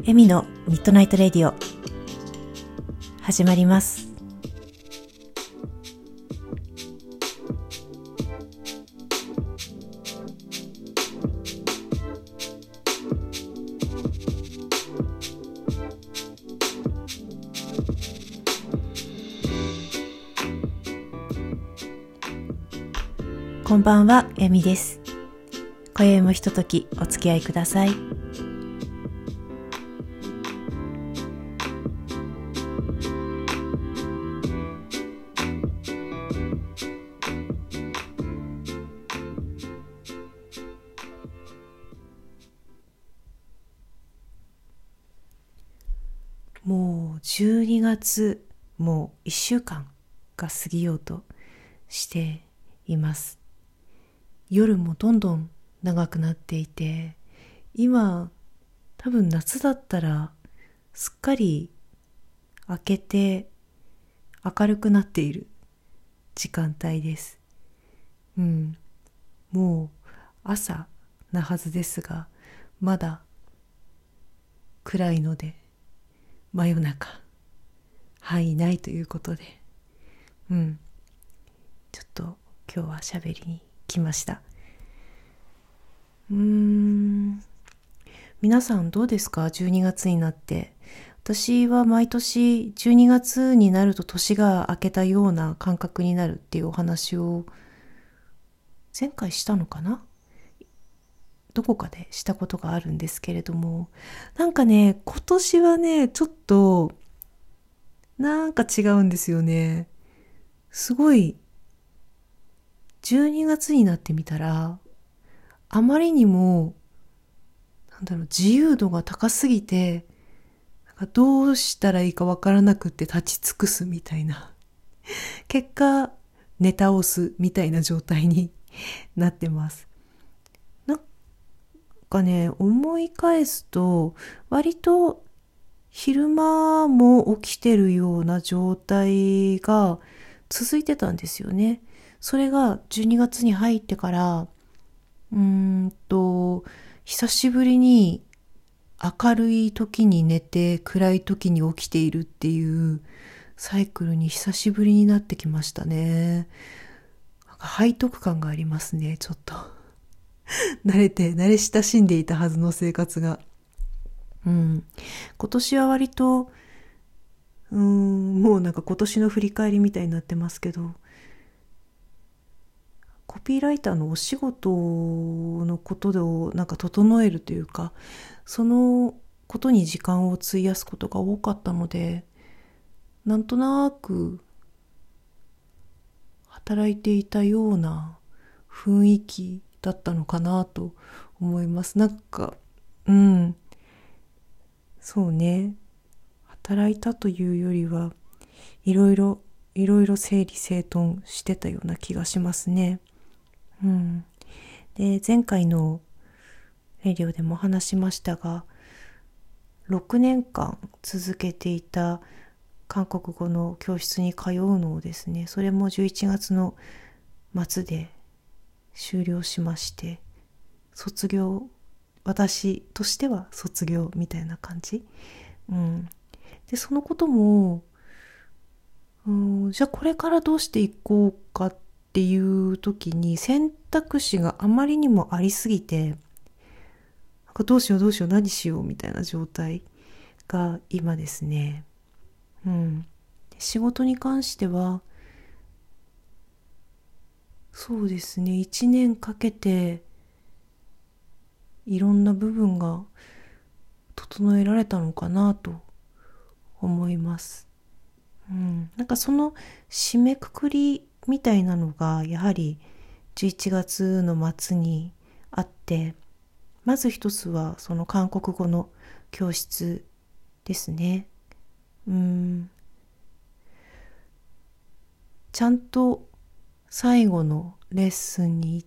エミのミッドナイトレディオ始まります。こんばんは、エミです。今宵もひとときお付き合いください。もう12月、もう1週間が過ぎようとしています。夜もどんどん長くなっていて、今多分夏だったらすっかり明けて明るくなっている時間帯です。もう朝なはずですが、まだ暗いので真夜中はいないということで、ちょっと今日は喋りに来ました。皆さんどうですか？12月になって。私は毎年12月になると年が明けたような感覚になるっていうお話を前回したのかな？どこかでしたことがあるんですけれども、なんかね、今年はね、ちょっとなんか違うんですよね。すごい12月になってみたら、あまりにも自由度が高すぎて、どうしたらいいかわからなくって立ち尽くすみたいな、結果寝倒すみたいな状態になってます。なんかね、思い返すと割と昼間も起きてるような状態が続いてたんですよね。それが12月に入ってから久しぶりに明るい時に寝て暗い時に起きているっていうサイクルに久しぶりになってきましたね。なんか背徳感がありますね、ちょっと慣れ親しんでいたはずの生活が。今年は割ともうなんか今年の振り返りみたいになってますけど、コピーライターのお仕事のことをなんか整えるというか、そのことに時間を費やすことが多かったので、なんとなく働いていたような雰囲気だったのかなと思います。なんかそうね、働いたというよりはいろいろ整理整頓してたような気がしますね。で、前回のレディオでも話しましたが、6年間続けていた韓国語の教室に通うのをですね、それも11月の末で終了しまして、卒業、私としては卒業みたいな感じ。で、そのこともじゃあこれからどうしていこうかっていう時に選択肢があまりにもありすぎて、なんかどうしよう何しようみたいな状態が今ですね。仕事に関してはそうですね、1年かけていろんな部分が整えられたのかなと思います。なんかその締めくくりみたいなのがやはり11月の末にあって、まず一つはその韓国語の教室ですね。ちゃんと最後のレッスンに行って、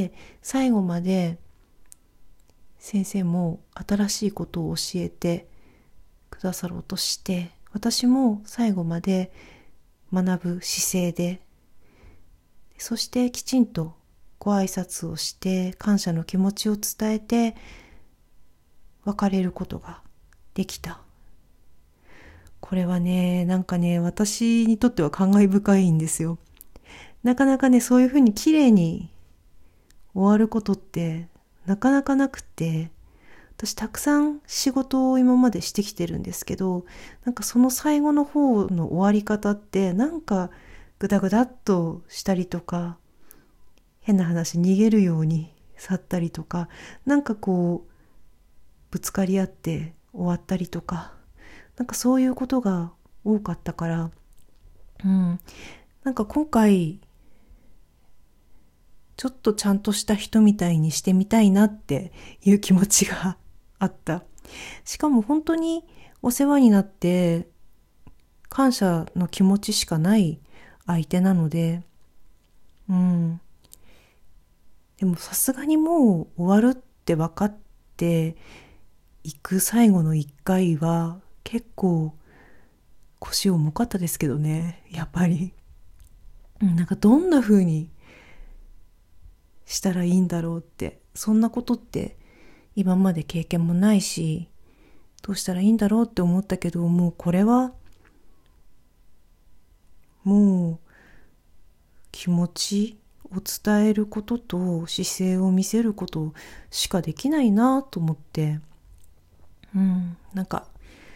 最後まで先生も新しいことを教えてくださろうとして、私も最後まで学ぶ姿勢で、そしてきちんとご挨拶をして感謝の気持ちを伝えて別れることができた。これはね、なんかね、私にとっては感慨深いんですよ。なかなかね、そういうふうに綺麗に終わることってなかなかなくて、私たくさん仕事を今までしてきてるんですけど、なんかその最後の方の終わり方ってなんかグダグダっとしたりとか、変な話逃げるように去ったりとか、なんかこうぶつかり合って終わったりとか、なんかそういうことが多かったから、なんか今回ちょっとちゃんとした人みたいにしてみたいなっていう気持ちがあった。しかも本当にお世話になって感謝の気持ちしかない相手なので、でもさすがにもう終わるって分かっていく最後の一回は結構腰重かったですけどね、やっぱり。なんかどんな風にしたらいいんだろうって、そんなことって今まで経験もないし、どうしたらいいんだろうって思ったけど、もうこれはもう気持ちを伝えることと姿勢を見せることしかできないなと思って、なんか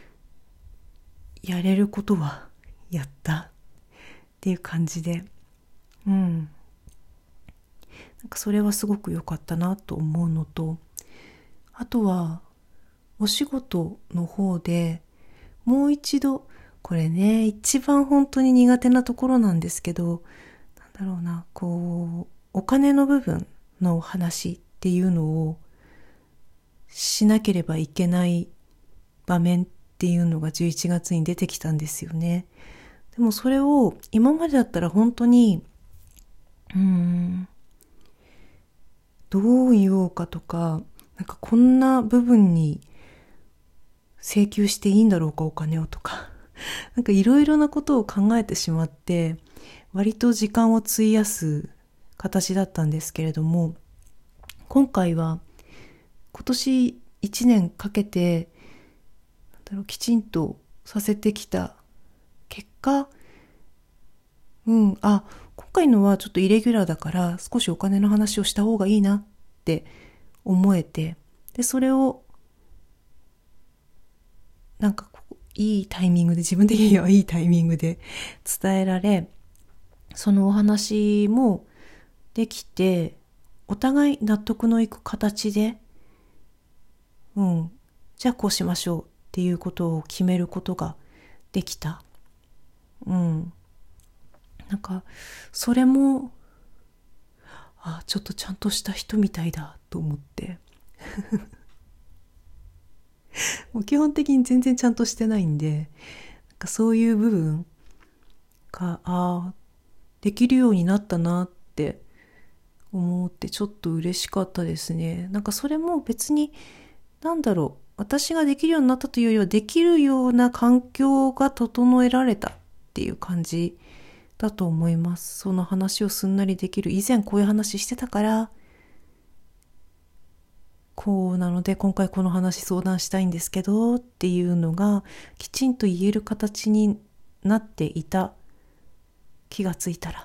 やれることはやったっていう感じで、なんかそれはすごく良かったなと思うのと、あとはお仕事の方でもう一度、これね一番本当に苦手なところなんですけど、なんだろうな、こうお金の部分の話っていうのをしなければいけない場面っていうのが11月に出てきたんですよね。でもそれを今までだったら本当にどう言おうかとか、なんかこんな部分に請求していいんだろうかお金をとか、なんかいろいろなことを考えてしまって割と時間を費やす形だったんですけれども、今回は今年1年かけてきちんとさせてきた結果、今回のはちょっとイレギュラーだから少しお金の話をした方がいいなって思えて、でそれをなんかいいタイミングで、自分的にはいいタイミングで伝えられ、そのお話もできて、お互い納得のいく形で、じゃあこうしましょうっていうことを決めることができた。なんかそれもちょっとちゃんとした人みたいだと思ってもう基本的に全然ちゃんとしてないんで、なんかそういう部分ができるようになったなって思ってちょっと嬉しかったですね。なんかそれも別に私ができるようになったというよりは、できるような環境が整えられたっていう感じだと思います。その話をすんなりできる。以前こういう話してたからこうなので今回この話相談したいんですけどっていうのがきちんと言える形になっていた、気がついたら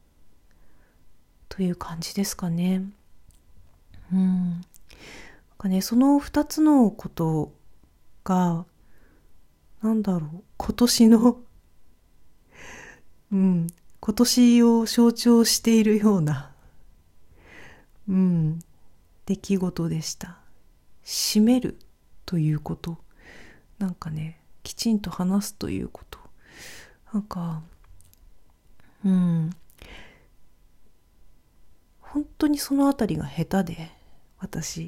という感じですかね。その2つのことが今年の今年を象徴しているような出来事でした。締めるということ、なんかね、きちんと話すということ、なんか本当にそのあたりが下手で、私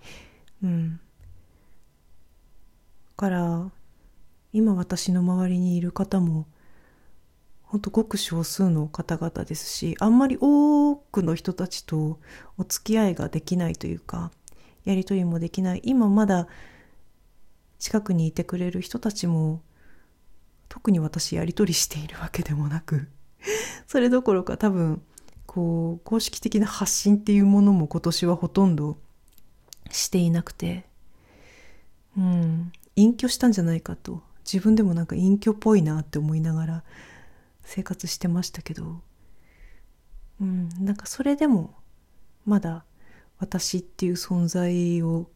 から今私の周りにいる方も本当ごく少数の方々ですし、あんまり多くの人たちとお付き合いができないというか、やり取りもできない、今まだ近くにいてくれる人たちも特に私やり取りしているわけでもなくそれどころか多分公式的な発信っていうものも今年はほとんどしていなくて、 隠居したんじゃないかと、自分でもなんか隠居っぽいなって思いながら生活してましたけど、なんかそれでもまだ私っていう存在を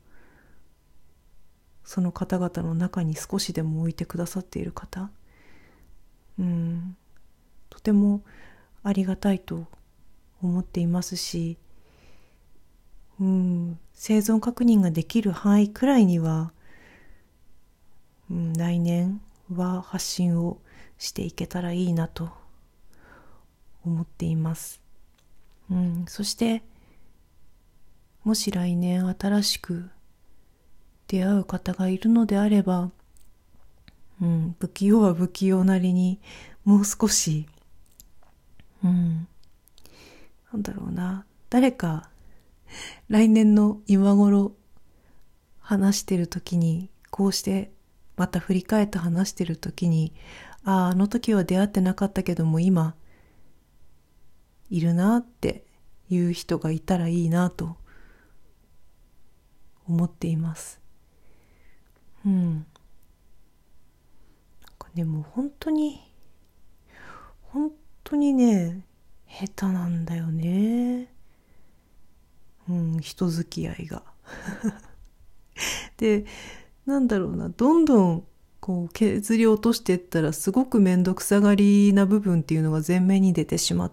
その方々の中に少しでも置いてくださっている方、とてもありがたいと思っていますし、生存確認ができる範囲くらいには、来年は発信をしていけたらいいなと思っています。そしてもし来年新しく出会う方がいるのであれば、不器用は不器用なりにもう少し、なんだろうな、誰か来年の今頃話してる時に、こうしてまた振り返って話してる時に、あの時は出会ってなかったけども今いるなっていう人がいたらいいなと思っています。なんかね、もう本当にね、下手なんだよね。人付き合いが。で、なんだろうな、どんどんこう削り落としていったらすごくめんどくさがりな部分っていうのが前面に出てしまって、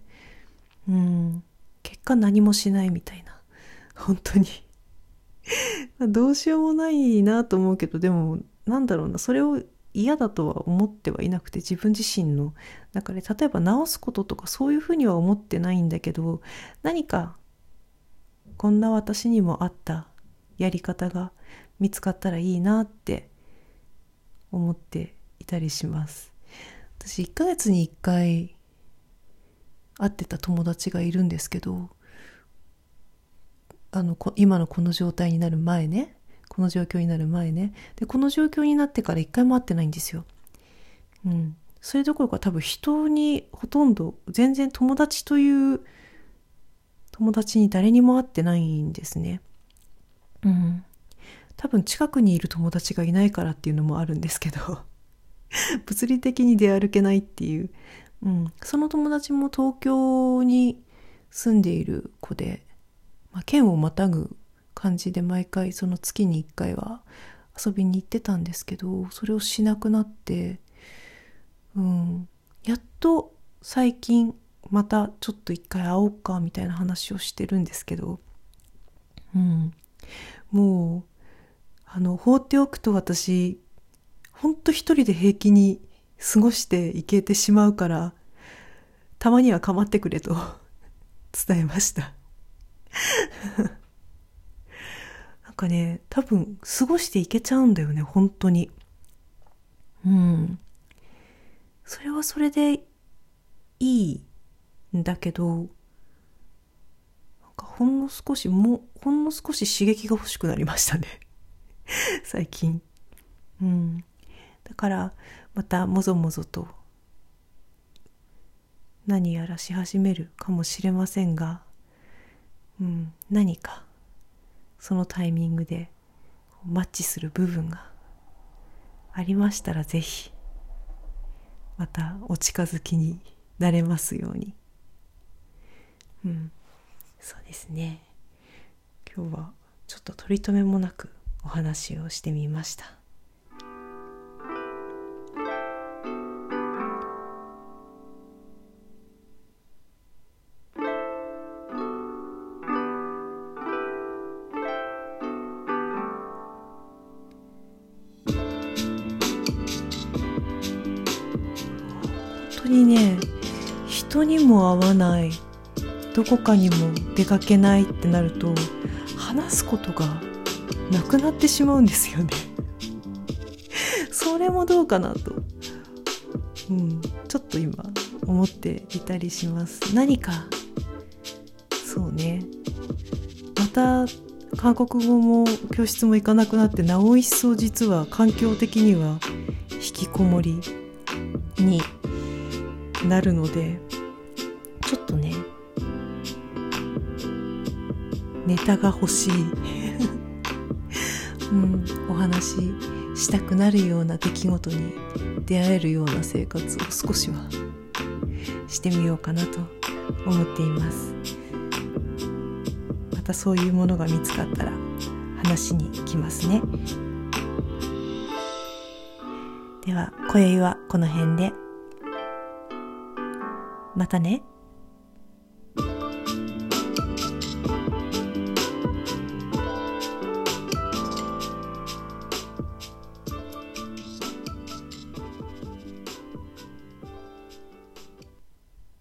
結果何もしないみたいな。本当に。どうしようもないなと思うけど、でもなんだろうな、それを嫌だとは思ってはいなくて、自分自身の中で例えば直すこととかそういうふうには思ってないんだけど、何かこんな私にも合ったやり方が見つかったらいいなって思っていたりします。私1ヶ月に1回会ってた友達がいるんですけど、今のこの状態になる前ね、この状況になる前ね、でこの状況になってから1回も会ってないんですよ。それどころか多分人にほとんど全然友達という友達に誰にも会ってないんですね。多分近くにいる友達がいないからっていうのもあるんですけど物理的に出歩けないっていう、その友達も東京に住んでいる子で、県をまたぐ感じで毎回その月に1回は遊びに行ってたんですけど、それをしなくなって、やっと最近またちょっと1回会おうかみたいな話をしてるんですけど、もう放っておくと私ほんと一人で平気に過ごしていけてしまうから、たまには構ってくれと伝えましたなんかね、多分過ごしていけちゃうんだよね、本当に。それはそれでいいんだけど、なんかほんの少し刺激が欲しくなりましたね最近。だからまたもぞもぞと何やらし始めるかもしれませんが、何かそのタイミングでマッチする部分がありましたら、ぜひまたお近づきになれますように。そうですね。今日はちょっと取り留めもなくお話をしてみました。本当にね、人にも会わない、どこかにも出かけないってなると話すことがなくなってしまうんですよねそれもどうかなと、ちょっと今思っていたりします。何かそうね、また韓国語も教室も行かなくなって、なお一層実は環境的には引きこもりになるので、ちょっとねネタが欲しいお話したくなるような出来事に出会えるような生活を少しはしてみようかなと思っています。またそういうものが見つかったら話に来ますね。では今宵はこの辺で。またね。